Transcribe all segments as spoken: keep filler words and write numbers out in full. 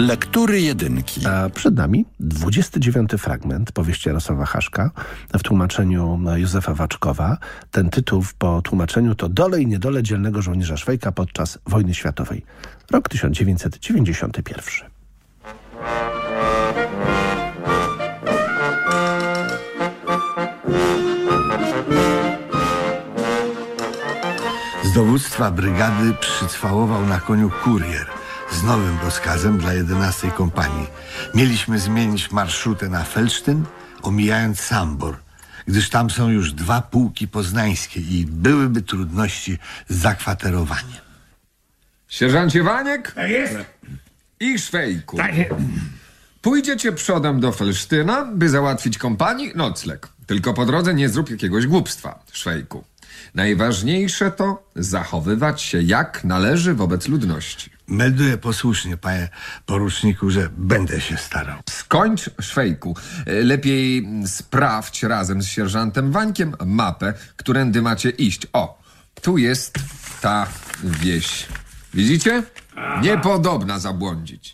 Lektury jedynki. A przed nami dwudziesty dziewiąty fragment powieści Jarosława Haszka w tłumaczeniu Józefa Waczkowa. Ten tytuł po tłumaczeniu to Dole i niedole dzielnego żołnierza Szwejka podczas wojny światowej. Rok tysiąc dziewięćset dziewięćdziesiąty pierwszy. Z dowództwa brygady przycwałował na koniu kurier z nowym rozkazem dla jedenastej kompanii. Mieliśmy zmienić marszrutę na Felsztyn, omijając Sambor, gdyż tam są już dwa pułki poznańskie i byłyby trudności z zakwaterowaniem. Sierżancie Waniek? Tak jest. I Szwejku. Tak jest. Pójdziecie przodem do Felsztyna, by załatwić kompanii nocleg. Tylko po drodze nie zrób jakiegoś głupstwa, Szwejku. Najważniejsze to zachowywać się jak należy wobec ludności. Melduję posłusznie, panie poruczniku, że będę się starał. Skończ, Szwejku. Lepiej sprawdź razem z sierżantem Wańkiem mapę, którędy macie iść. O, tu jest ta wieś. Widzicie? Niepodobna zabłądzić.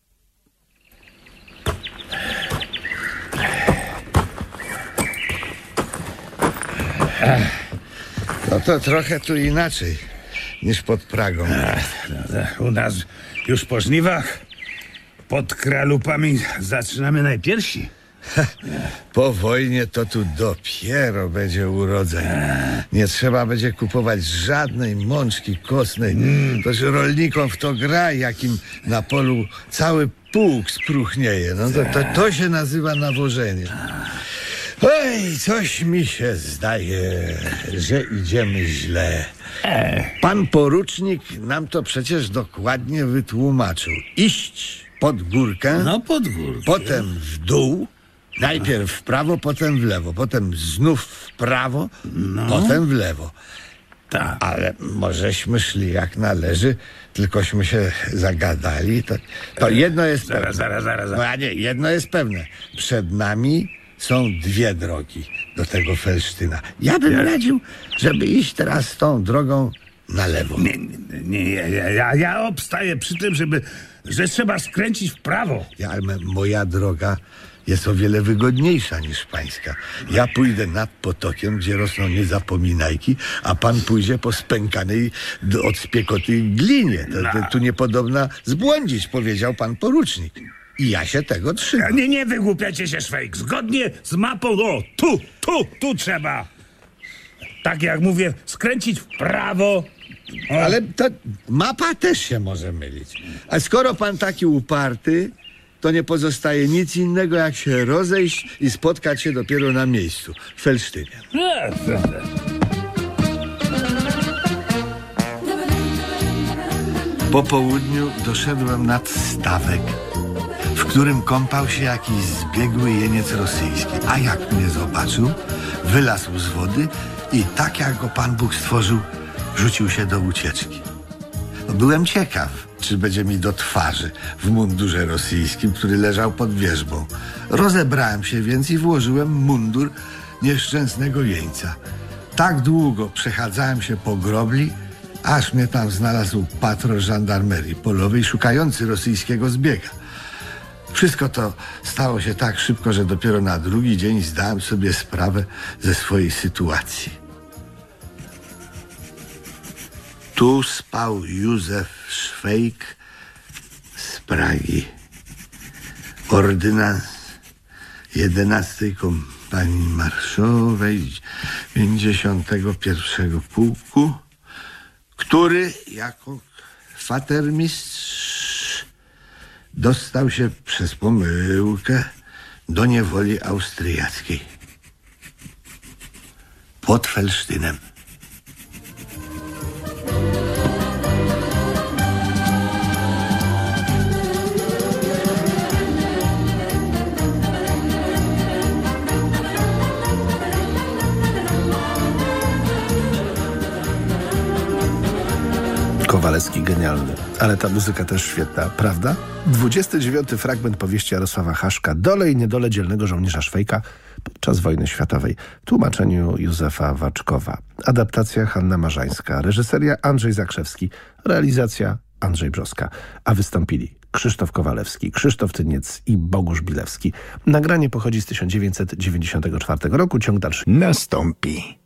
No to trochę tu inaczej niż pod Pragą. U nas już po żniwach pod kralupami zaczynamy najpiersi. Po wojnie to tu dopiero będzie urodzeń. Nie trzeba będzie kupować żadnej mączki kostnej. Toż rolnikom w to gra, jakim na polu cały pułk spróchnieje. No to, to, to się nazywa nawożenie. Oj, coś mi się zdaje, że idziemy źle. Pan porucznik nam to przecież dokładnie wytłumaczył. Iść pod górkę, No pod górkę. potem w dół, najpierw w prawo, potem w lewo, potem znów w prawo, No. potem w lewo. Tak. Ale możeśmy szli jak należy, tylkośmy się zagadali. To, to jedno jest Zaraz, pewne. zaraz, zaraz, No zaraz. a nie, jedno jest pewne. Przed nami są dwie drogi do tego Felsztyna. Ja bym Ja- radził, żeby iść teraz tą drogą na lewo. Nie, nie, nie ja, ja, ja, ja obstaję przy tym, żeby, że trzeba skręcić w prawo. Ja, ale moja droga jest o wiele wygodniejsza niż pańska. Ja pójdę nad potokiem, gdzie rosną niezapominajki, a pan pójdzie po spękanej d- od spiekoty glinie. To, to, tu niepodobna zbłądzić, powiedział pan porucznik. I ja się tego trzymam. Nie, nie wygłupiacie się, Szwejk. Zgodnie z mapą, o, tu, tu, tu trzeba. Tak jak mówię, skręcić w prawo. O, Ale to mapa też się może mylić. A skoro pan taki uparty, to nie pozostaje nic innego, jak się rozejść i spotkać się dopiero na miejscu, w Felsztynie. e, e, e. Po południu doszedłem nad stawek, w którym kąpał się jakiś zbiegły jeniec rosyjski. A jak mnie zobaczył, wylazł z wody i tak jak go Pan Bóg stworzył, rzucił się do ucieczki. Byłem ciekaw, czy będzie mi do twarzy w mundurze rosyjskim, który leżał pod wierzbą. Rozebrałem się więc i włożyłem mundur nieszczęsnego jeńca. Tak długo przechadzałem się po grobli, aż mnie tam znalazł patrol żandarmerii polowej szukający rosyjskiego zbiega. Wszystko to stało się tak szybko, że dopiero na drugi dzień zdałem sobie sprawę ze swojej sytuacji. Tu spał Józef Szwejk z Pragi, ordynans jedenastej Kompanii Marszowej pięćdziesiątego pierwszego Pułku, który jako kwatermistrz dostał się przez pomyłkę do niewoli austriackiej pod Felsztynem. Kowalewski genialny, ale ta muzyka też świetna, prawda? dwudziesty dziewiąty fragment powieści Jarosława Haszka Dole i niedole dzielnego żołnierza Szwejka podczas wojny światowej w tłumaczeniu Józefa Waczkowa. Adaptacja Hanna Marzańska, reżyseria Andrzej Zakrzewski, realizacja Andrzej Brzoska, a wystąpili Krzysztof Kowalewski, Krzysztof Tyniec i Bogusz Bilewski. Nagranie pochodzi z tysiąc dziewięćset dziewięćdziesiątego czwartego roku. Ciąg dalszy nastąpi.